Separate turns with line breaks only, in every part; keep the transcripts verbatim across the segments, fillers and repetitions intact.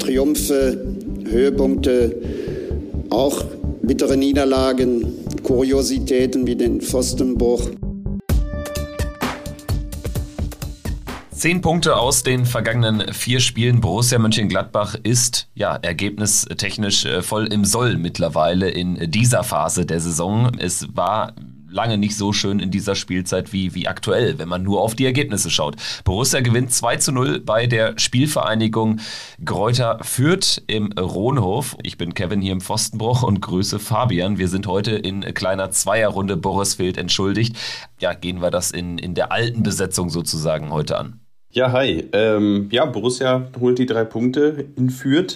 Triumphe, Höhepunkte, auch bittere Niederlagen, Kuriositäten wie den Pfostenbruch.
Zehn Punkte aus den vergangenen vier Spielen. Borussia Mönchengladbach ist ja ergebnistechnisch voll im Soll mittlerweile in dieser Phase der Saison. Es war lange nicht so schön in dieser Spielzeit wie, wie aktuell, wenn man nur auf die Ergebnisse schaut. Borussia gewinnt zwei zu null bei der Spielvereinigung Greuther Fürth im Rohnhof. Ich bin Kevin hier im Pfostenbruch und grüße Fabian. Wir sind heute in kleiner Zweierrunde. Boris fehlt entschuldigt. Ja, gehen wir das in, in der alten Besetzung sozusagen heute an.
Ja, hi. Ähm, ja, Borussia holt die drei Punkte in Fürth.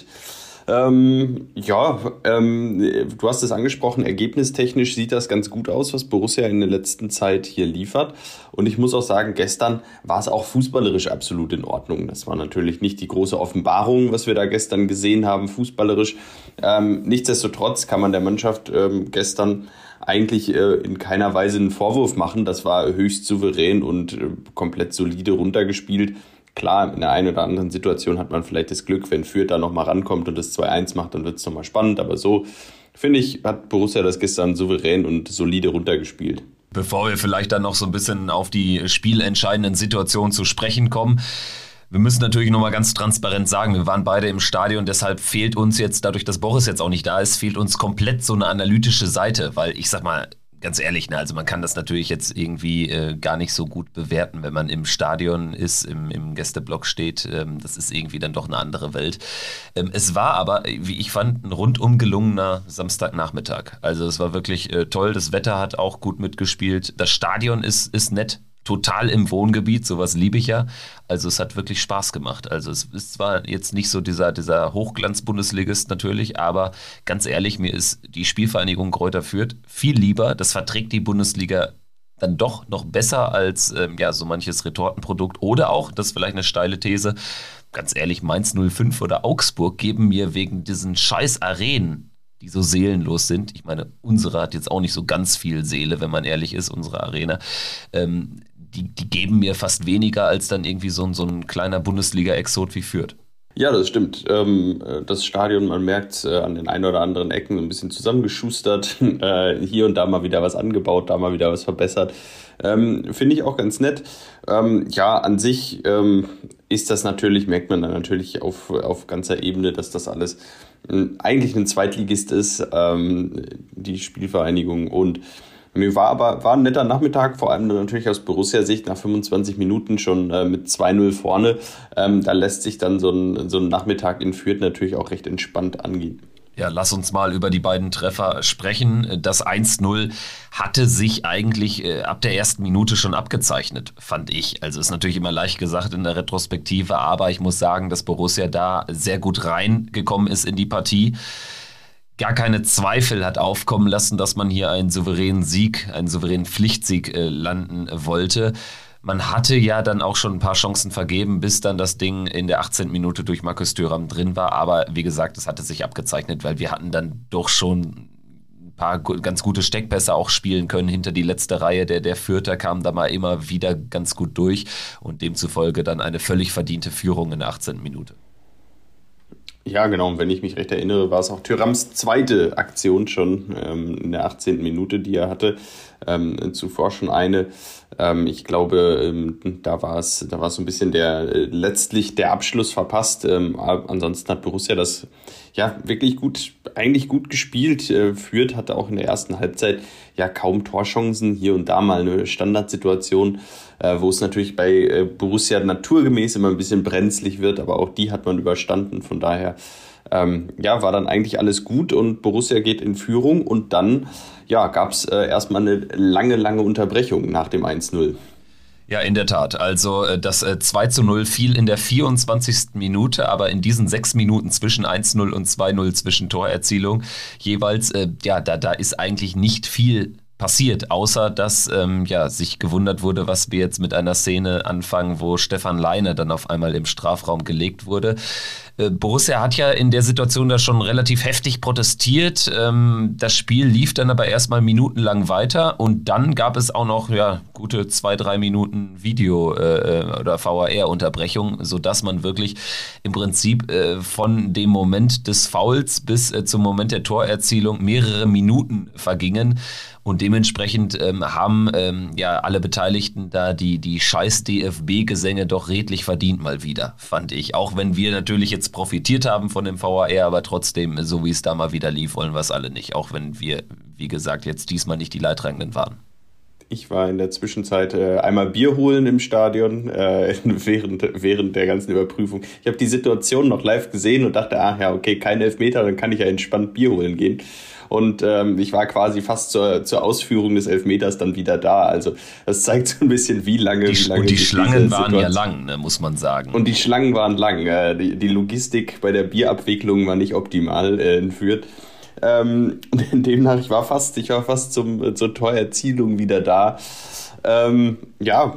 Ähm, ja, ähm, du hast es angesprochen, ergebnistechnisch sieht das ganz gut aus, was Borussia in der letzten Zeit hier liefert. Und ich muss auch sagen, gestern war es auch fußballerisch absolut in Ordnung. Das war natürlich nicht die große Offenbarung, was wir da gestern gesehen haben, fußballerisch. Ähm, nichtsdestotrotz kann man der Mannschaft ähm, gestern eigentlich äh, in keiner Weise einen Vorwurf machen. Das war höchst souverän und äh, komplett solide runtergespielt. Klar, in der einen oder anderen Situation hat man vielleicht das Glück, wenn Fürth da nochmal rankommt und das zwei eins macht, dann wird es nochmal spannend. Aber so, finde ich, hat Borussia das gestern souverän und solide runtergespielt.
Bevor wir vielleicht dann noch so ein bisschen auf die spielentscheidenden Situationen zu sprechen kommen, wir müssen natürlich nochmal ganz transparent sagen, wir waren beide im Stadion, deshalb fehlt uns jetzt, dadurch, dass Boris jetzt auch nicht da ist, fehlt uns komplett so eine analytische Seite, weil ich sag mal, ganz ehrlich, ne, also man kann das natürlich jetzt irgendwie äh, gar nicht so gut bewerten, wenn man im Stadion ist, im, im Gästeblock steht. Ähm, das ist irgendwie dann doch eine andere Welt. Ähm, es war aber, wie ich fand, ein rundum gelungener Samstagnachmittag. Also es war wirklich äh, toll. Das Wetter hat auch gut mitgespielt. Das Stadion ist, ist nett. Total im Wohngebiet, sowas liebe ich ja. Also es hat wirklich Spaß gemacht. Also es ist zwar jetzt nicht so dieser, dieser Hochglanz-Bundesligist natürlich, aber ganz ehrlich, mir ist die Spielvereinigung Greuther Fürth viel lieber. Das verträgt die Bundesliga dann doch noch besser als ähm, ja, so manches Retortenprodukt. Oder auch, das ist vielleicht eine steile These, ganz ehrlich, Mainz null fünf oder Augsburg geben mir wegen diesen scheiß Arenen, die so seelenlos sind. Ich meine, unsere hat jetzt auch nicht so ganz viel Seele, wenn man ehrlich ist, unsere Arena. Ähm, die, die geben mir fast weniger als dann irgendwie so ein, so ein kleiner Bundesliga-Exot wie Fürth.
Ja, das stimmt. Ähm, das Stadion, man merkt äh, an den ein oder anderen Ecken so ein bisschen zusammengeschustert. Äh, hier und da mal wieder was angebaut, da mal wieder was verbessert. Ähm, finde ich auch ganz nett. Ähm, ja, an sich ähm, ist das natürlich, merkt man dann natürlich auf, auf ganzer Ebene, dass das alles äh, eigentlich ein Zweitligist ist, ähm, die Spielvereinigung. Und mir war aber war ein netter Nachmittag, vor allem natürlich aus Borussia-Sicht nach fünfundzwanzig Minuten schon äh, mit zwei null vorne. Ähm, da lässt sich dann so ein, so ein Nachmittag in Fürth natürlich auch recht entspannt angehen.
Ja, lass uns mal über die beiden Treffer sprechen. Das eins null hatte sich eigentlich äh, ab der ersten Minute schon abgezeichnet, fand ich. Also ist natürlich immer leicht gesagt in der Retrospektive, aber ich muss sagen, dass Borussia da sehr gut reingekommen ist in die Partie. Gar keine Zweifel hat aufkommen lassen, dass man hier einen souveränen Sieg, einen souveränen Pflichtsieg äh, landen wollte. Man hatte ja dann auch schon ein paar Chancen vergeben, bis dann das Ding in der achtzehnten Minute durch Markus Thuram drin war. Aber wie gesagt, es hatte sich abgezeichnet, weil wir hatten dann doch schon ein paar ganz gute Steckpässe auch spielen können. Hinter die letzte Reihe der, der Fürther kam da mal immer wieder ganz gut durch und demzufolge dann eine völlig verdiente Führung in der achtzehnten Minute.
Ja, genau. Und wenn ich mich recht erinnere, war es auch Thürams zweite Aktion schon ähm, in der achtzehnten Minute, die er hatte. Ähm, zuvor schon eine. Ähm, ich glaube, ähm, da war es da war es so ein bisschen der äh, letztlich der Abschluss verpasst. Ähm, ansonsten hat Borussia das ja wirklich gut, eigentlich gut gespielt. Äh, Fürth hatte auch in der ersten Halbzeit ja kaum Torchancen. Hier und da mal eine Standardsituation, äh, wo es natürlich bei äh, Borussia naturgemäß immer ein bisschen brenzlig wird, aber auch die hat man überstanden. Von daher Ähm, ja, war dann eigentlich alles gut und Borussia geht in Führung und dann ja, gab es äh, erstmal eine lange, lange Unterbrechung nach dem eins null.
Ja, in der Tat. Also das äh, zwei zu null fiel in der vierundzwanzigsten Minute, aber in diesen sechs Minuten zwischen eins null und zwei null zwischen Torerzielung jeweils, äh, ja, da, da ist eigentlich nicht viel passiert, außer dass ähm, ja, sich gewundert wurde, was wir jetzt mit einer Szene anfangen, wo Stefan Leine dann auf einmal im Strafraum gelegt wurde. Äh, Borussia hat ja in der Situation da schon relativ heftig protestiert. Ähm, das Spiel lief dann aber erstmal minutenlang weiter und dann gab es auch noch ja, gute zwei, drei Minuten Video- äh, oder V A R-Unterbrechung, sodass man wirklich im Prinzip äh, von dem Moment des Fouls bis äh, zum Moment der Torerzielung mehrere Minuten vergingen. Und dementsprechend ähm, haben ähm, ja alle Beteiligten da die, die scheiß D F B-Gesänge doch redlich verdient mal wieder, fand ich. Auch wenn wir natürlich jetzt profitiert haben von dem V A R, aber trotzdem, so wie es da mal wieder lief, wollen wir es alle nicht. Auch wenn wir, wie gesagt, jetzt diesmal nicht die Leidtragenden waren.
Ich war in der Zwischenzeit äh, einmal Bier holen im Stadion, äh, während, während der ganzen Überprüfung. Ich habe die Situation noch live gesehen und dachte, ach ja, okay, kein Elfmeter, dann kann ich ja entspannt Bier holen gehen. Und ähm, ich war quasi fast zur, zur Ausführung des Elfmeters dann wieder da. Also das zeigt so ein bisschen, wie lange...
Die,
wie lange
und die Schlangen waren
Situation.
ja lang, ne, muss man sagen.
Und die Schlangen waren lang. Äh, die, die Logistik bei der Bierabwicklung war nicht optimal äh, in Fürth. Ähm, und demnach, ich war fast, ich war fast zum, zur Torerzielung wieder da. Ähm, ja,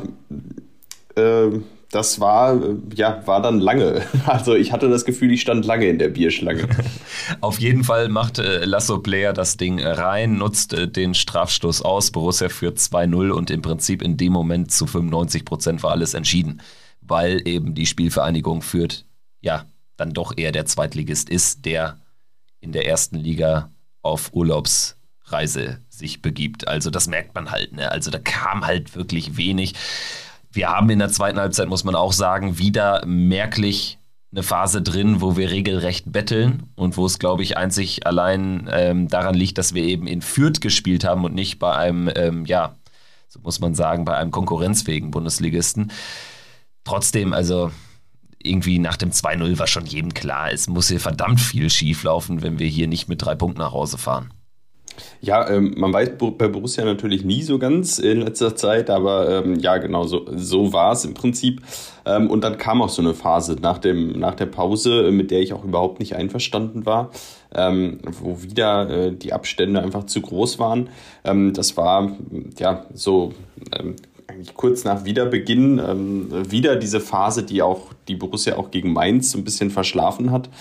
äh, das war, ja, war dann lange. Also ich hatte das Gefühl, ich stand lange in der Bierschlange.
Auf jeden Fall macht äh, Lasso Player das Ding rein, nutzt äh, den Strafstoß aus. Borussia führt zwei null und im Prinzip in dem Moment zu fünfundneunzig Prozent war alles entschieden, weil eben die Spielvereinigung Fürth ja dann doch eher der Zweitligist ist, der in der ersten Liga auf Urlaubsreise sich begibt. Also das merkt man halt, ne? Also da kam halt wirklich wenig. Wir haben in der zweiten Halbzeit, muss man auch sagen, wieder merklich eine Phase drin, wo wir regelrecht betteln und wo es, glaube ich, einzig allein ähm, daran liegt, dass wir eben in Fürth gespielt haben und nicht bei einem, ähm, ja, so muss man sagen, bei einem konkurrenzfähigen Bundesligisten. Trotzdem, also irgendwie nach dem zwei null war schon jedem klar, es muss hier verdammt viel schief laufen, wenn wir hier nicht mit drei Punkten nach Hause fahren.
Ja, ähm, man weiß bei Borussia natürlich nie so ganz in letzter Zeit, aber ähm, ja, genau, so, so war es im Prinzip. Ähm, und dann kam auch so eine Phase nach, dem, nach der Pause, mit der ich auch überhaupt nicht einverstanden war, ähm, wo wieder äh, die Abstände einfach zu groß waren. Ähm, das war ja so ähm, eigentlich kurz nach Wiederbeginn ähm, wieder diese Phase, die auch die Borussia auch gegen Mainz so ein bisschen verschlafen hat.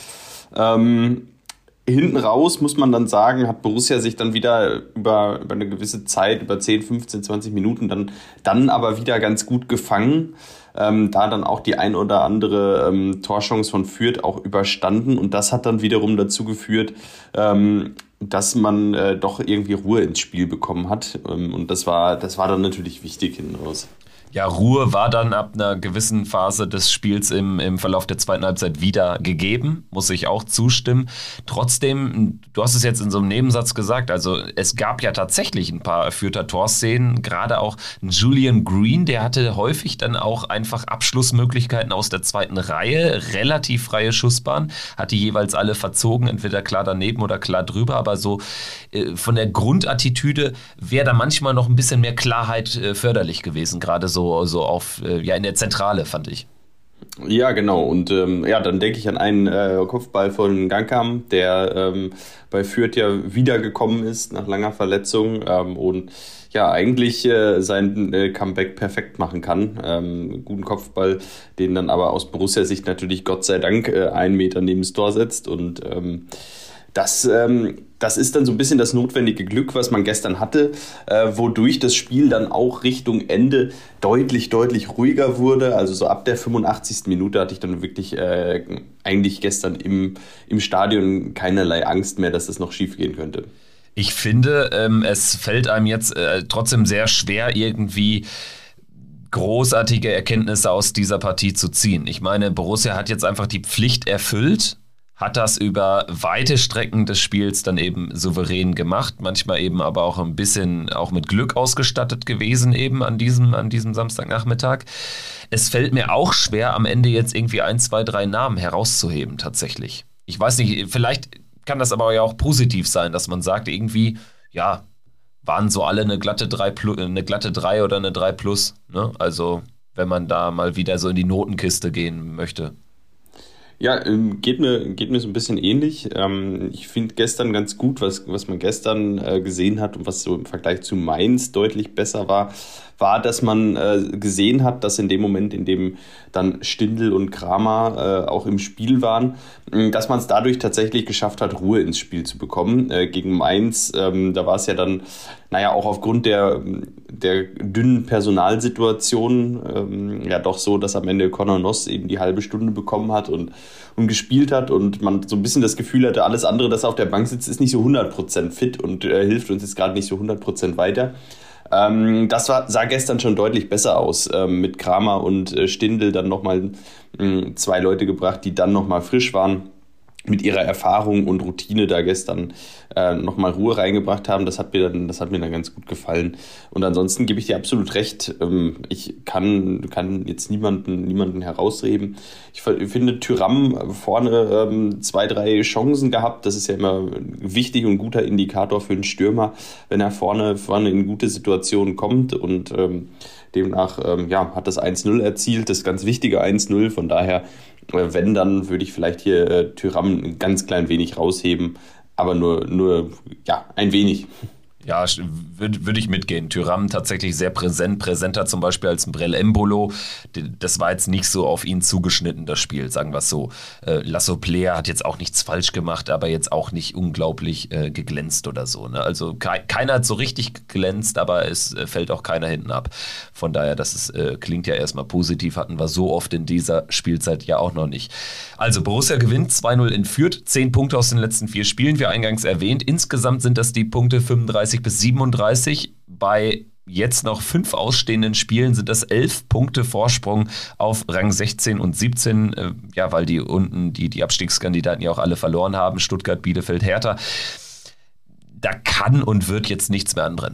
Ähm, Hinten raus, muss man dann sagen, hat Borussia sich dann wieder über, über eine gewisse Zeit, über zehn, fünfzehn, zwanzig Minuten, dann, dann aber wieder ganz gut gefangen. Ähm, da dann auch die ein oder andere ähm, Torchance von Fürth auch überstanden. Und das hat dann wiederum dazu geführt, ähm, dass man äh, doch irgendwie Ruhe ins Spiel bekommen hat. Ähm, und das war, das war dann natürlich wichtig hinten raus.
Ja, Ruhe war dann ab einer gewissen Phase des Spiels im, im Verlauf der zweiten Halbzeit wieder gegeben, muss ich auch zustimmen. Trotzdem, du hast es jetzt in so einem Nebensatz gesagt, also es gab ja tatsächlich ein paar Fürther Torszenen, gerade auch Julian Green, der hatte häufig dann auch einfach Abschlussmöglichkeiten aus der zweiten Reihe, relativ freie Schussbahn, hat die jeweils alle verzogen, entweder klar daneben oder klar drüber, aber so äh, von der Grundattitüde wäre da manchmal noch ein bisschen mehr Klarheit äh, förderlich gewesen, gerade so So, so auf, äh, ja, in der Zentrale, fand ich.
Ja, genau. Und ähm, ja, dann denke ich an einen äh, Kopfball von Gangkam, der ähm, bei Fürth ja wiedergekommen ist nach langer Verletzung ähm, und ja, eigentlich äh, sein äh, Comeback perfekt machen kann. Ähm, guten Kopfball, den dann aber aus Borussia-Sicht natürlich Gott sei Dank äh, einen Meter neben das Tor setzt und ähm, Das, ähm, das ist dann so ein bisschen das notwendige Glück, was man gestern hatte, äh, wodurch das Spiel dann auch Richtung Ende deutlich, deutlich ruhiger wurde. Also so ab der fünfundachtzigsten Minute hatte ich dann wirklich äh, eigentlich gestern im, im Stadion keinerlei Angst mehr, dass das noch schief gehen könnte.
Ich finde, ähm, es fällt einem jetzt äh, trotzdem sehr schwer, irgendwie großartige Erkenntnisse aus dieser Partie zu ziehen. Ich meine, Borussia hat jetzt einfach die Pflicht erfüllt, hat das über weite Strecken des Spiels dann eben souverän gemacht, manchmal eben aber auch ein bisschen auch mit Glück ausgestattet gewesen eben an diesem, an diesem Samstagnachmittag. Es fällt mir auch schwer, am Ende jetzt irgendwie ein, zwei, drei Namen herauszuheben tatsächlich. Ich weiß nicht, vielleicht kann das aber ja auch positiv sein, dass man sagt irgendwie, ja, waren so alle eine glatte drei, eine glatte drei oder eine drei plus, ne? Also wenn man da mal wieder so in die Notenkiste gehen möchte.
Ja, geht mir, geht mir so ein bisschen ähnlich. Ich finde gestern ganz gut, was, was man gestern gesehen hat und was so im Vergleich zu Mainz deutlich besser war, war, dass man gesehen hat, dass in dem Moment, in dem dann Stindl und Kramer auch im Spiel waren, dass man es dadurch tatsächlich geschafft hat, Ruhe ins Spiel zu bekommen. Gegen Mainz, da war es ja dann, naja, auch aufgrund der, der dünnen Personalsituation ja doch so, dass am Ende Conor Noss eben die halbe Stunde bekommen hat und und gespielt hat und man so ein bisschen das Gefühl hatte, alles andere, das auf der Bank sitzt, ist nicht so hundert Prozent fit und äh, hilft uns jetzt gerade nicht so hundert Prozent weiter. Ähm, das war, sah gestern schon deutlich besser aus. Ähm, mit Kramer und äh, Stindl dann nochmal äh, zwei Leute gebracht, die dann nochmal frisch waren, mit ihrer Erfahrung und Routine da gestern äh, nochmal Ruhe reingebracht haben. Das hat mir dann, das hat mir dann ganz gut gefallen. Und ansonsten gebe ich dir absolut recht. Ähm, ich kann, kann jetzt niemanden, niemanden herausreden. Ich, ich finde, Thuram vorne ähm, zwei, drei Chancen gehabt. Das ist ja immer ein wichtig und guter Indikator für einen Stürmer, wenn er vorne, vorne in gute Situationen kommt. Und ähm, demnach ähm, ja, hat das eins null erzielt, das ganz wichtige eins null. Von daher, wenn, dann würde ich vielleicht hier äh, Thuram ein ganz klein wenig rausheben, aber nur, nur ja, ein wenig.
Ja, würde würd ich mitgehen. Thuram tatsächlich sehr präsent, präsenter zum Beispiel als Brel Embolo. Das war jetzt nicht so auf ihn zugeschnitten, das Spiel, sagen wir es so. Äh, Lasso Player hat jetzt auch nichts falsch gemacht, aber jetzt auch nicht unglaublich äh, geglänzt oder so. Ne? Also ke- keiner hat so richtig geglänzt, aber es äh, fällt auch keiner hinten ab. Von daher, das ist, äh, klingt ja erstmal positiv, hatten wir so oft in dieser Spielzeit ja auch noch nicht. Also Borussia gewinnt zwei null in Fürth, zehn Punkte aus den letzten vier Spielen, wie eingangs erwähnt. Insgesamt sind das die Punkte fünfunddreißig bis siebenunddreißig. Bei jetzt noch fünf ausstehenden Spielen sind das elf Punkte Vorsprung auf Rang sechzehn und siebzehn, äh, ja, weil die unten die, die Abstiegskandidaten ja auch alle verloren haben, Stuttgart, Bielefeld, Hertha. Da kann und wird jetzt nichts mehr anbrennen.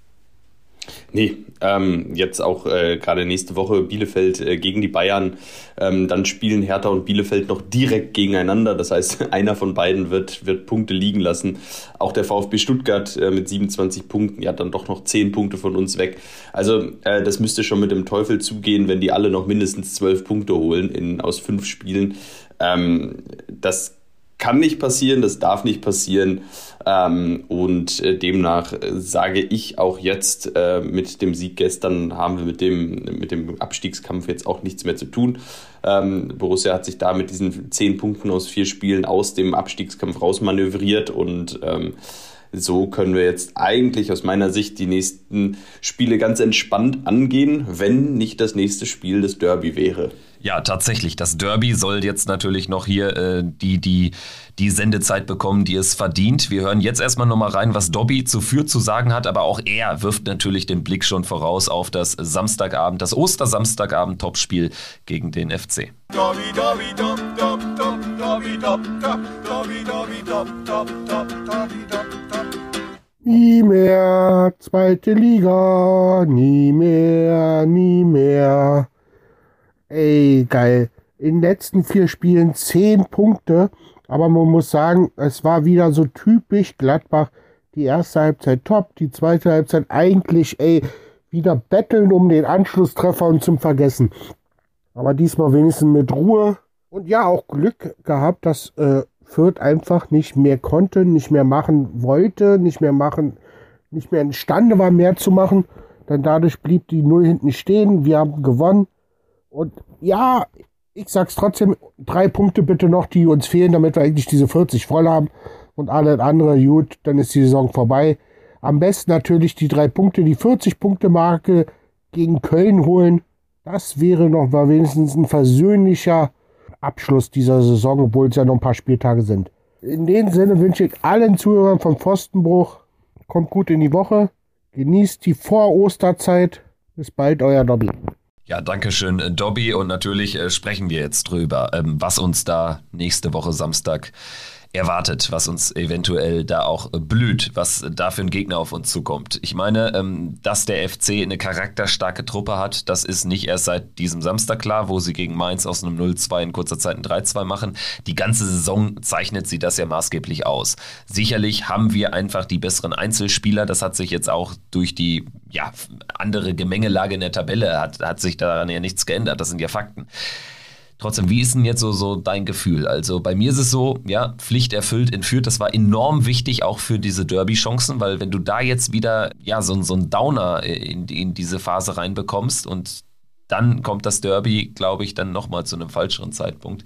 Nee, ähm, jetzt auch äh, gerade nächste Woche Bielefeld äh, gegen die Bayern. Ähm, dann spielen Hertha und Bielefeld noch direkt gegeneinander. Das heißt, einer von beiden wird, wird Punkte liegen lassen. Auch der VfB Stuttgart äh, mit siebenundzwanzig Punkten, ja dann doch noch zehn Punkte von uns weg. Also äh, das müsste schon mit dem Teufel zugehen, wenn die alle noch mindestens zwölf Punkte holen in, aus fünf Spielen. Ähm, das kann nicht passieren, das darf nicht passieren. Ähm, und äh, demnach äh, sage ich auch jetzt, äh, mit dem Sieg gestern haben wir mit dem, mit dem Abstiegskampf jetzt auch nichts mehr zu tun. Ähm, Borussia hat sich da mit diesen zehn Punkten aus vier Spielen aus dem Abstiegskampf rausmanövriert und ähm, so können wir jetzt eigentlich aus meiner Sicht die nächsten Spiele ganz entspannt angehen, wenn nicht das nächste Spiel das Derby wäre.
Ja, tatsächlich. Das Derby soll jetzt natürlich noch hier äh, die, die, die Sendezeit bekommen, die es verdient. Wir hören jetzt erstmal nochmal rein, was Dobby zu Fürth zu sagen hat, aber auch er wirft natürlich den Blick schon voraus auf das Samstagabend, das Ostersamstagabend-Topspiel gegen den F C. Dobby, Dobby, Dob, Dob, Dob, Dobby, Dob, Dob, Dobby, Dobby, Dob, Dob, Dob, Dobby, Dob, Dob.
Nie mehr zweite Liga, nie mehr, nie mehr. Ey, geil. In den letzten vier Spielen zehn Punkte, aber man muss sagen, es war wieder so typisch Gladbach. Die erste Halbzeit top, die zweite Halbzeit eigentlich, ey, wieder betteln um den Anschlusstreffer und zum Vergessen. Aber diesmal wenigstens mit Ruhe. Und ja, auch Glück gehabt, dass äh, Fürth einfach nicht mehr konnte, nicht mehr machen wollte, nicht mehr machen, nicht mehr imstande war, mehr zu machen. Denn dadurch blieb die Null hinten stehen. Wir haben gewonnen. Und ja, ich sag's trotzdem, drei Punkte bitte noch, die uns fehlen, damit wir eigentlich diese vierzig voll haben. Und alles andere, gut, dann ist die Saison vorbei. Am besten natürlich die drei Punkte, die vierzig-Punkte-Marke gegen Köln holen. Das wäre noch mal wenigstens ein versöhnlicher Abschluss dieser Saison, obwohl es ja noch ein paar Spieltage sind. In dem Sinne wünsche ich allen Zuhörern vom Pfostenbruch, kommt gut in die Woche, genießt die Vor-Osterzeit. Bis bald, euer Dobby.
Ja, danke schön, Dobby. Und natürlich äh, sprechen wir jetzt drüber, ähm, was uns da nächste Woche Samstag erwartet, was uns eventuell da auch blüht, was da für ein Gegner auf uns zukommt. Ich meine, ähm, dass der F C eine charakterstarke Truppe hat, das ist nicht erst seit diesem Samstag klar, wo sie gegen Mainz aus einem null zwei in kurzer Zeit ein drei zwei machen. Die ganze Saison zeichnet sie das ja maßgeblich aus. Sicherlich haben wir einfach die besseren Einzelspieler, das hat sich jetzt auch durch die ja, andere Gemengelage in der Tabelle, hat, hat sich daran ja nichts geändert, das sind ja Fakten. Trotzdem, wie ist denn jetzt so, so dein Gefühl? Also bei mir ist es so, ja, Pflicht erfüllt in Fürth, das war enorm wichtig auch für diese Derby-Chancen, weil wenn du da jetzt wieder ja so, so einen Downer in, in diese Phase reinbekommst und dann kommt das Derby, glaube ich, dann nochmal zu einem falscheren Zeitpunkt.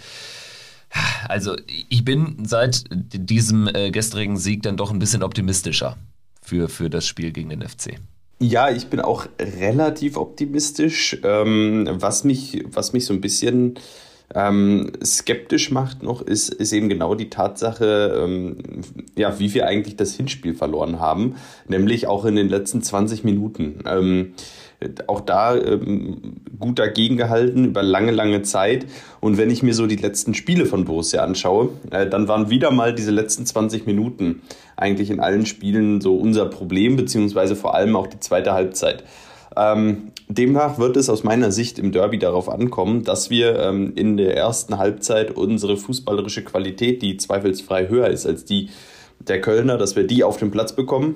Also ich bin seit diesem äh, gestrigen Sieg dann doch ein bisschen optimistischer für, für das Spiel gegen den F C.
Ja, ich bin auch relativ optimistisch, ähm, was mich, was mich so ein bisschen ähm, skeptisch macht noch, ist, ist eben genau die Tatsache, ähm, ja, wie wir eigentlich das Hinspiel verloren haben, nämlich auch in den letzten zwanzig Minuten. Ähm, auch da ähm, gut dagegen gehalten über lange, lange Zeit. Und wenn ich mir so die letzten Spiele von Borussia anschaue, äh, dann waren wieder mal diese letzten zwanzig Minuten eigentlich in allen Spielen so unser Problem, beziehungsweise vor allem auch die zweite Halbzeit. Ähm, demnach wird es aus meiner Sicht im Derby darauf ankommen, dass wir ähm, in der ersten Halbzeit unsere fußballerische Qualität, die zweifelsfrei höher ist als die der Kölner, dass wir die auf den Platz bekommen.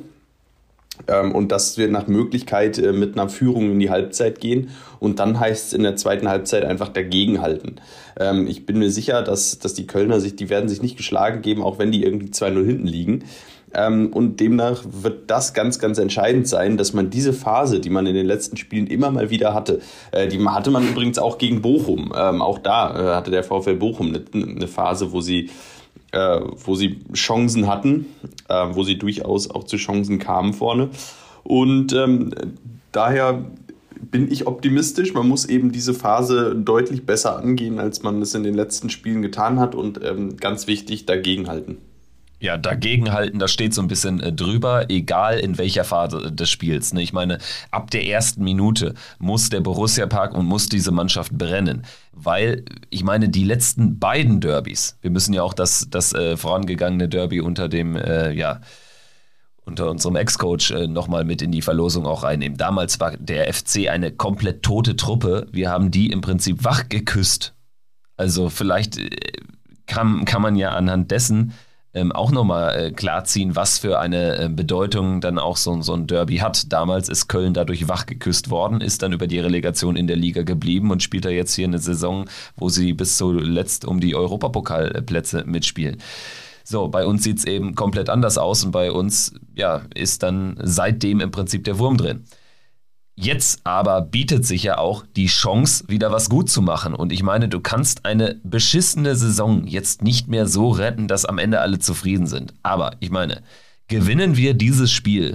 Ähm, und dass wir nach Möglichkeit äh, mit einer Führung in die Halbzeit gehen. Und dann heißt es in der zweiten Halbzeit einfach dagegenhalten. Ähm, ich bin mir sicher, dass, dass die Kölner sich, die werden sich nicht geschlagen geben, auch wenn die irgendwie zwei null hinten liegen. Ähm, und demnach wird das ganz, ganz entscheidend sein, dass man diese Phase, die man in den letzten Spielen immer mal wieder hatte, äh, die hatte man übrigens auch gegen Bochum. Ähm, auch da äh, hatte der VfL Bochum eine, eine Phase, wo sie Äh, wo sie Chancen hatten, äh, wo sie durchaus auch zu Chancen kamen vorne. Und ähm, daher bin ich optimistisch. Man muss eben diese Phase deutlich besser angehen, als man es in den letzten Spielen getan hat und ähm, ganz wichtig, dagegenhalten.
Ja, dagegenhalten, da steht so ein bisschen äh, drüber, egal in welcher Phase des Spiels. Ne? Ich meine, ab der ersten Minute muss der Borussia-Park und muss diese Mannschaft brennen. Weil, ich meine, die letzten beiden Derbys, wir müssen ja auch das, das äh, vorangegangene Derby unter dem, äh, ja, unter unserem Ex-Coach äh, nochmal mit in die Verlosung auch reinnehmen. Damals war der F C eine komplett tote Truppe. Wir haben die im Prinzip wach geküsst. Also vielleicht äh, kann, kann man ja anhand dessen Ähm, auch nochmal äh, klarziehen, was für eine äh, Bedeutung dann auch so, so ein Derby hat. Damals ist Köln dadurch wachgeküsst worden, ist dann über die Relegation in der Liga geblieben und spielt da jetzt hier eine Saison, wo sie bis zuletzt um die Europapokalplätze mitspielen. So, bei uns sieht es eben komplett anders aus und bei uns ja, ist dann seitdem im Prinzip der Wurm drin. Jetzt aber bietet sich ja auch die Chance, wieder was gut zu machen. Und ich meine, du kannst eine beschissene Saison jetzt nicht mehr so retten, dass am Ende alle zufrieden sind. Aber ich meine, gewinnen wir dieses Spiel,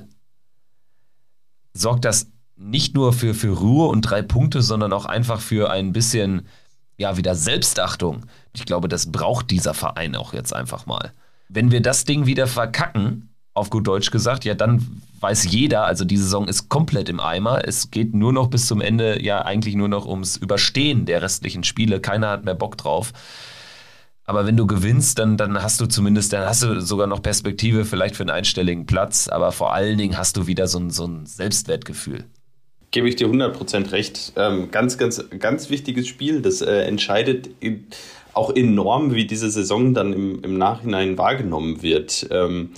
sorgt das nicht nur für, für Ruhe und drei Punkte, sondern auch einfach für ein bisschen, ja, wieder Selbstachtung. Ich glaube, das braucht dieser Verein auch jetzt einfach mal. Wenn wir das Ding wieder verkacken, auf gut Deutsch gesagt, ja, dann weiß jeder, also die Saison ist komplett im Eimer. Es geht nur noch bis zum Ende, ja, eigentlich nur noch ums Überstehen der restlichen Spiele. Keiner hat mehr Bock drauf. Aber wenn du gewinnst, dann, dann hast du zumindest, dann hast du sogar noch Perspektive vielleicht für einen einstelligen Platz. Aber vor allen Dingen hast du wieder so ein, so ein Selbstwertgefühl.
Gebe ich dir hundert Prozent recht. Ähm, ganz, ganz, ganz wichtiges Spiel. Das äh, entscheidet in, auch enorm, wie diese Saison dann im, im Nachhinein wahrgenommen wird. Ähm,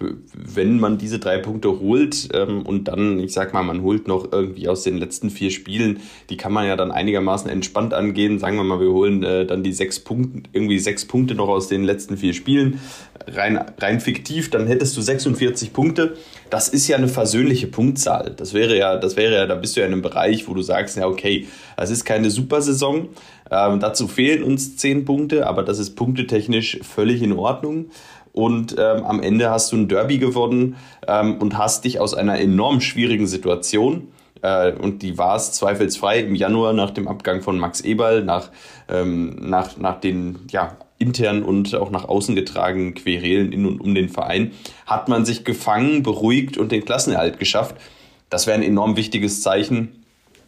wenn man diese drei Punkte holt ähm, und dann, ich sag mal, man holt noch irgendwie aus den letzten vier Spielen, die kann man ja dann einigermaßen entspannt angehen. Sagen wir mal, wir holen äh, dann die sechs Punkte, irgendwie sechs Punkte noch aus den letzten vier Spielen. Rein, rein fiktiv, dann hättest du sechsundvierzig Punkte. Das ist ja eine versöhnliche Punktzahl. Das wäre ja, das wäre ja, da bist du ja in einem Bereich, wo du sagst, ja, okay, das ist keine Supersaison. Ähm, dazu fehlen uns zehn Punkte, aber das ist punktetechnisch völlig in Ordnung. Und ähm, am Ende hast du ein Derby gewonnen ähm, und hast dich aus einer enorm schwierigen Situation, äh, und die war es zweifelsfrei im Januar nach dem Abgang von Max Eberl, nach, ähm, nach, nach den ja, intern und auch nach außen getragenen Querelen in und um den Verein, hat man sich gefangen, beruhigt und den Klassenerhalt geschafft. Das wäre ein enorm wichtiges Zeichen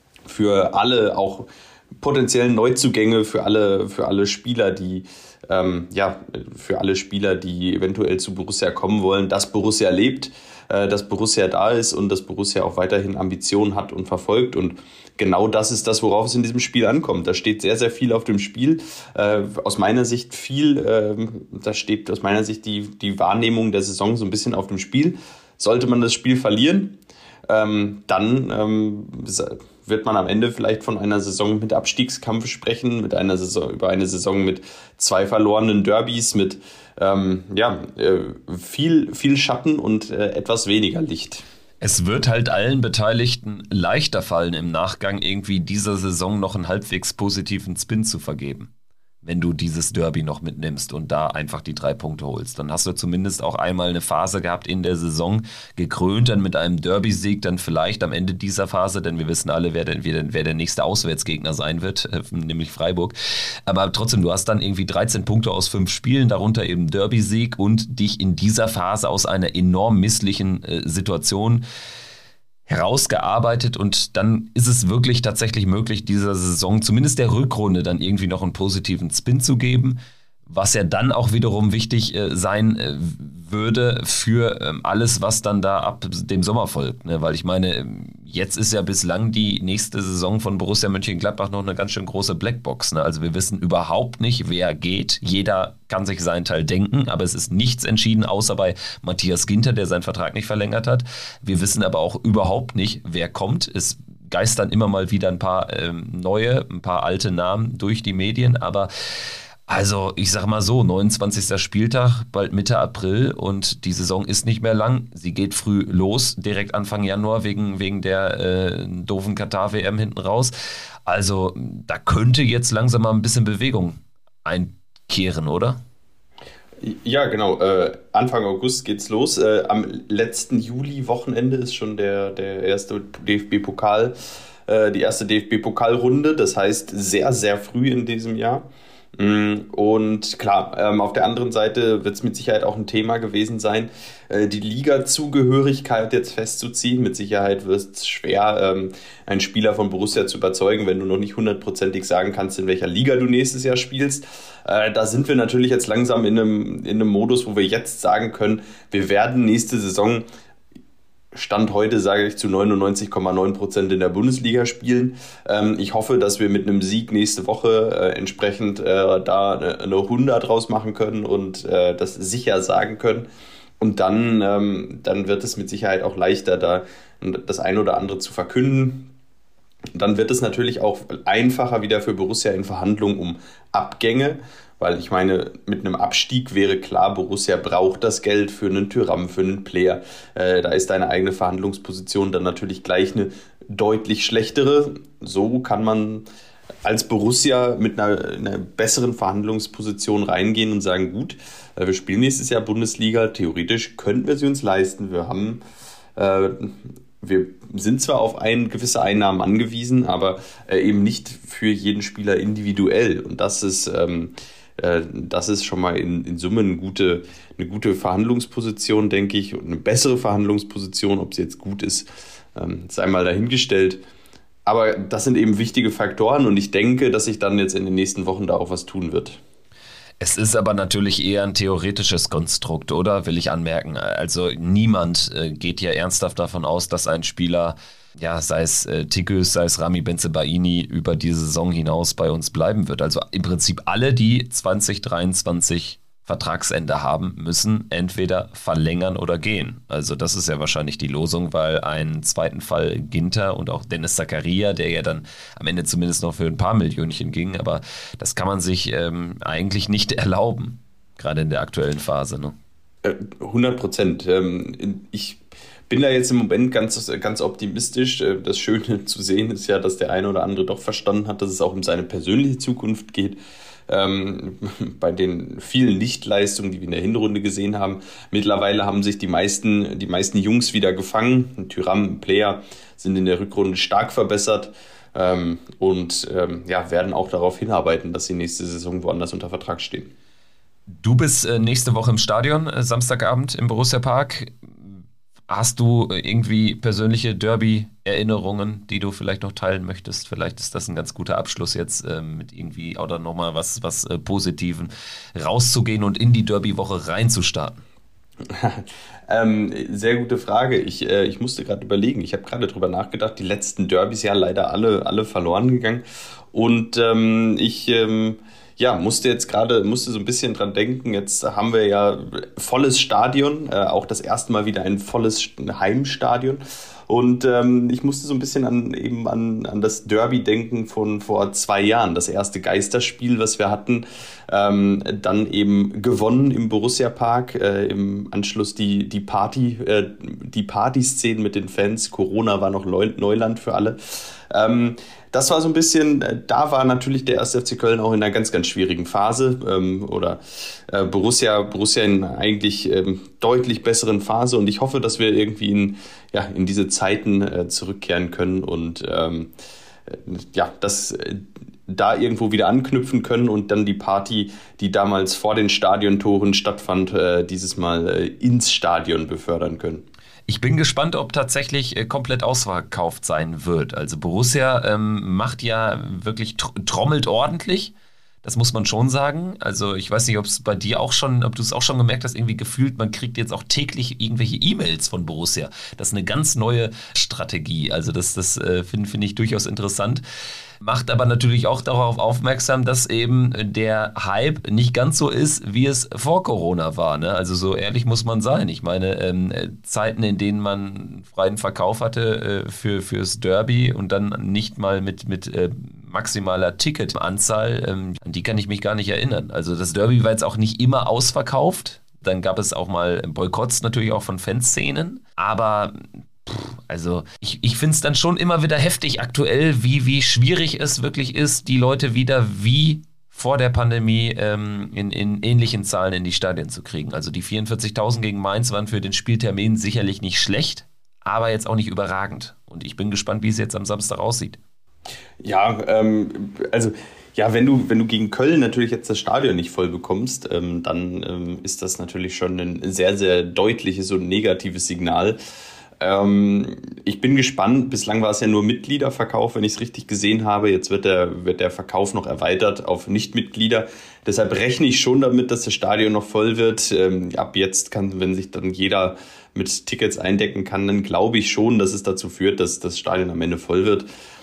für alle, auch potenziellen Neuzugänge, für alle, für alle Spieler, die ähm, ja, für alle Spieler, die eventuell zu Borussia kommen wollen, dass Borussia lebt, äh, dass Borussia da ist und dass Borussia auch weiterhin Ambitionen hat und verfolgt. Und genau das ist das, worauf es in diesem Spiel ankommt. Da steht sehr, sehr viel auf dem Spiel. Äh, aus meiner Sicht viel, äh, da steht aus meiner Sicht die, die Wahrnehmung der Saison so ein bisschen auf dem Spiel. Sollte man das Spiel verlieren, ähm, dann ähm, wird man am Ende vielleicht von einer Saison mit Abstiegskampf sprechen, mit einer Saison, über eine Saison mit zwei verlorenen Derbys, mit ähm, ja, äh, viel, viel Schatten und äh, etwas weniger Licht.
Es wird halt allen Beteiligten leichter fallen, im Nachgang irgendwie dieser Saison noch einen halbwegs positiven Spin zu vergeben. Wenn du dieses Derby noch mitnimmst und da einfach die drei Punkte holst. Dann hast du zumindest auch einmal eine Phase gehabt in der Saison, gekrönt dann mit einem Derby-Sieg, dann vielleicht am Ende dieser Phase, denn wir wissen alle, wer, denn, wer der nächste Auswärtsgegner sein wird, äh, nämlich Freiburg. Aber trotzdem, du hast dann irgendwie dreizehn Punkte aus fünf Spielen, darunter eben Derby-Sieg und dich in dieser Phase aus einer enorm misslichen äh, Situation herausgearbeitet und dann ist es wirklich tatsächlich möglich, dieser Saison, zumindest der Rückrunde, dann irgendwie noch einen positiven Spin zu geben, was ja dann auch wiederum wichtig äh, sein äh, würde für ähm, alles, was dann da ab dem Sommer folgt. Ne? Weil ich meine, jetzt ist ja bislang die nächste Saison von Borussia Mönchengladbach noch eine ganz schön große Blackbox. Ne? Also wir wissen überhaupt nicht, wer geht. Jeder kann sich seinen Teil denken, aber es ist nichts entschieden, außer bei Matthias Ginter, der seinen Vertrag nicht verlängert hat. Wir wissen aber auch überhaupt nicht, wer kommt. Es geistern immer mal wieder ein paar ähm, neue, ein paar alte Namen durch die Medien, aber also ich sag mal so, neunundzwanzigster Spieltag, bald Mitte April und die Saison ist nicht mehr lang. Sie geht früh los, direkt Anfang Januar wegen, wegen der äh, doofen Katar-W M hinten raus. Also da könnte jetzt langsam mal ein bisschen Bewegung einkehren, oder?
Ja, genau. Äh, Anfang August geht's los. Äh, am letzten Juli-Wochenende ist schon der, der erste D F B-Pokal, äh, die erste D F B-Pokalrunde. Das heißt sehr, sehr früh in diesem Jahr. Und klar, ähm, auf der anderen Seite wird es mit Sicherheit auch ein Thema gewesen sein, äh, die Liga-Zugehörigkeit jetzt festzuziehen. Mit Sicherheit wird es schwer, ähm, einen Spieler von Borussia zu überzeugen, wenn du noch nicht hundertprozentig sagen kannst, in welcher Liga du nächstes Jahr spielst. Äh, da sind wir natürlich jetzt langsam in einem, in einem Modus, wo wir jetzt sagen können, wir werden nächste Saison Stand heute, sage ich, zu neunundneunzig Komma neun Prozent in der Bundesliga spielen. Ähm, ich hoffe, dass wir mit einem Sieg nächste Woche äh, entsprechend äh, da eine, eine hundert draus machen können und äh, das sicher sagen können. Und dann, ähm, dann wird es mit Sicherheit auch leichter, da das ein oder andere zu verkünden. Dann wird es natürlich auch einfacher wieder für Borussia in Verhandlungen um Abgänge. Weil ich meine, mit einem Abstieg wäre klar, Borussia braucht das Geld für einen Thuram, für einen Player. Äh, da ist deine eigene Verhandlungsposition dann natürlich gleich eine deutlich schlechtere. So kann man als Borussia mit einer, einer besseren Verhandlungsposition reingehen und sagen, gut, äh, wir spielen nächstes Jahr Bundesliga, theoretisch könnten wir sie uns leisten. Wir haben... Äh, Wir sind zwar auf ein, gewisse Einnahmen angewiesen, aber äh, eben nicht für jeden Spieler individuell. Und das ist, ähm, äh, das ist schon mal in, in Summe eine gute, eine gute Verhandlungsposition, denke ich, und eine bessere Verhandlungsposition. Ob sie jetzt gut ist, ähm, sei mal dahingestellt. Aber das sind eben wichtige Faktoren und ich denke, dass sich dann jetzt in den nächsten Wochen da auch was tun wird.
Es ist aber natürlich eher ein theoretisches Konstrukt, oder? Will ich anmerken. Also niemand äh, geht ja ernsthaft davon aus, dass ein Spieler, ja, sei es äh, Tikus, sei es Rami Bensebaini, über die Saison hinaus bei uns bleiben wird. Also im Prinzip alle, die zwanzig dreiundzwanzig Vertragsende haben, müssen entweder verlängern oder gehen. Also das ist ja wahrscheinlich die Losung, weil einen zweiten Fall Ginter und auch Dennis Zakaria, der ja dann am Ende zumindest noch für ein paar Millionchen ging, aber das kann man sich ähm, eigentlich nicht erlauben, gerade in der aktuellen Phase. Ne?
hundert Prozent. Ähm, ich bin da jetzt im Moment ganz, ganz optimistisch. Das Schöne zu sehen ist ja, dass der eine oder andere doch verstanden hat, dass es auch um seine persönliche Zukunft geht. Ähm, bei den vielen Nichtleistungen, die wir in der Hinrunde gesehen haben. Mittlerweile haben sich die meisten, die meisten Jungs wieder gefangen. Thuram, Player sind in der Rückrunde stark verbessert ähm, und ähm, ja, werden auch darauf hinarbeiten, dass sie nächste Saison woanders unter Vertrag stehen.
Du bist äh, nächste Woche im Stadion, äh, Samstagabend im Borussia Park. Hast du irgendwie persönliche Derby-Erinnerungen, die du vielleicht noch teilen möchtest? Vielleicht ist das ein ganz guter Abschluss jetzt äh, mit irgendwie oder nochmal was, was äh, Positiven rauszugehen und in die Derby-Woche reinzustarten.
ähm, sehr gute Frage. Ich, äh, ich musste gerade überlegen. Ich habe gerade drüber nachgedacht. Die letzten Derbys ja leider alle, alle verloren gegangen. Und ähm, ich... Ähm, Ja, musste jetzt gerade, musste so ein bisschen dran denken, jetzt haben wir ja volles Stadion, äh, auch das erste Mal wieder ein volles Heimstadion Und ähm, ich musste so ein bisschen an eben an, an das Derby denken von vor zwei Jahren. Das erste Geisterspiel, was wir hatten, ähm, dann eben gewonnen im Borussia-Park. Äh, im Anschluss die, die Party, äh, die Partyszenen mit den Fans. Corona war noch Neuland für alle. Ähm, das war so ein bisschen, da war natürlich der erste F C Köln auch in einer ganz, ganz schwierigen Phase ähm, oder äh, Borussia, Borussia in einer eigentlich ähm, deutlich besseren Phase und ich hoffe, dass wir irgendwie in, ja, in diese Zeiten äh, zurückkehren können und ähm, ja, das äh, da irgendwo wieder anknüpfen können und dann die Party, die damals vor den Stadiontoren stattfand, äh, dieses Mal äh, ins Stadion befördern können.
Ich bin gespannt, ob tatsächlich äh, komplett ausverkauft sein wird. Also Borussia ähm, macht ja wirklich, tr- trommelt ordentlich. Das muss man schon sagen. Also ich weiß nicht, ob es bei dir auch schon, ob du es auch schon gemerkt hast, irgendwie gefühlt, man kriegt jetzt auch täglich irgendwelche E-Mails von Borussia. Das ist eine ganz neue Strategie. Also das, das äh, finde find ich durchaus interessant. Macht aber natürlich auch darauf aufmerksam, dass eben der Hype nicht ganz so ist, wie es vor Corona war. Ne? Also so ehrlich muss man sein. Ich meine, ähm, Zeiten, in denen man freien Verkauf hatte äh, für, fürs Derby und dann nicht mal mit, mit äh, maximaler Ticketanzahl, ähm, an die kann ich mich gar nicht erinnern. Also das Derby war jetzt auch nicht immer ausverkauft. Dann gab es auch mal Boykotts natürlich auch von Fanszenen. Aber also ich, ich finde es dann schon immer wieder heftig aktuell, wie, wie schwierig es wirklich ist, die Leute wieder wie vor der Pandemie ähm, in, in ähnlichen Zahlen in die Stadien zu kriegen. Also die vierundvierzigtausend gegen Mainz waren für den Spieltermin sicherlich nicht schlecht, aber jetzt auch nicht überragend. Und ich bin gespannt, wie es jetzt am Samstag aussieht.
Ja, ähm, also ja, wenn du, wenn du gegen Köln natürlich jetzt das Stadion nicht voll bekommst, ähm, dann ähm, ist das natürlich schon ein sehr, sehr deutliches und negatives Signal. Ähm, ich bin gespannt. Bislang war es ja nur Mitgliederverkauf, wenn ich es richtig gesehen habe. Jetzt wird der, wird der Verkauf noch erweitert auf Nichtmitglieder. Deshalb rechne ich schon damit, dass das Stadion noch voll wird. Ähm, ab jetzt kann, wenn sich dann jeder mit Tickets eindecken kann, dann glaube ich schon, dass es dazu führt, dass das Stadion am Ende voll wird.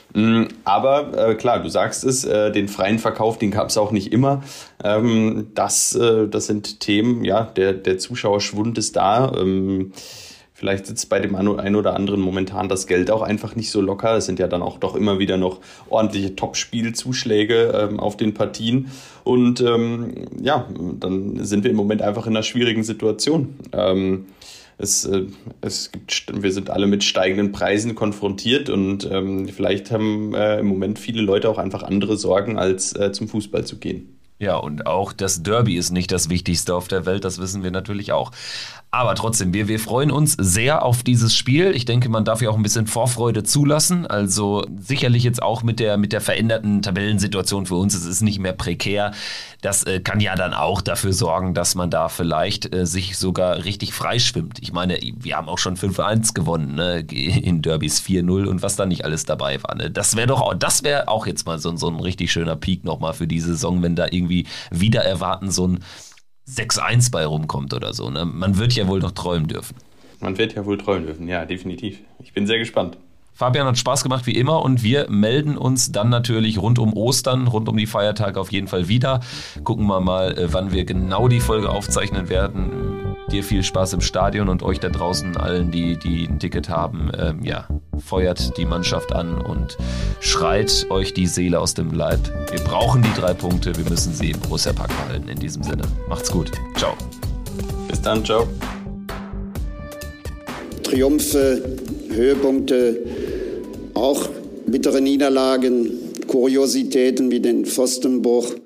Aber äh, klar, du sagst es, äh, den freien Verkauf, den gab es auch nicht immer. Ähm, das, äh, das sind Themen, ja, der, der Zuschauerschwund ist da. Ähm, vielleicht sitzt bei dem einen oder anderen momentan das Geld auch einfach nicht so locker. Es sind ja dann auch doch immer wieder noch ordentliche Topspielzuschläge ähm, auf den Partien. Und ähm, ja, dann sind wir im Moment einfach in einer schwierigen Situation. Ähm, Es, äh, es gibt, wir sind alle mit steigenden Preisen konfrontiert und ähm, vielleicht haben äh, im Moment viele Leute auch einfach andere Sorgen, als äh, zum Fußball zu gehen.
Ja, und auch das Derby ist nicht das Wichtigste auf der Welt, das wissen wir natürlich auch. Aber trotzdem, wir, wir freuen uns sehr auf dieses Spiel. Ich denke, man darf ja auch ein bisschen Vorfreude zulassen. Also sicherlich jetzt auch mit der, mit der veränderten Tabellensituation für uns. Es ist nicht mehr prekär. Das äh, kann ja dann auch dafür sorgen, dass man da vielleicht äh, sich sogar richtig freischwimmt. Ich meine, wir haben auch schon fünf eins gewonnen, ne? In Derbys vier null und was da nicht alles dabei war. Ne? Das wäre doch auch, das wäre auch jetzt mal so, so ein richtig schöner Peak nochmal für die Saison, wenn da irgendwie wieder erwarten so ein sechs eins bei rumkommt oder so. Ne? Man wird ja wohl noch träumen dürfen.
Man wird ja wohl träumen dürfen, ja, definitiv. Ich bin sehr gespannt.
Fabian, hat Spaß gemacht wie immer und wir melden uns dann natürlich rund um Ostern, rund um die Feiertage auf jeden Fall wieder. Gucken wir mal, wann wir genau die Folge aufzeichnen werden. Dir viel Spaß im Stadion und euch da draußen allen, die, die ein Ticket haben, ähm, ja, feuert die Mannschaft an und schreit euch die Seele aus dem Leib. Wir brauchen die drei Punkte, wir müssen sie im Borussia Park behalten. In diesem Sinne, macht's gut. Ciao.
Bis dann, ciao.
Triumphe, Höhepunkte, auch bittere Niederlagen, Kuriositäten wie den Pfostenbruch.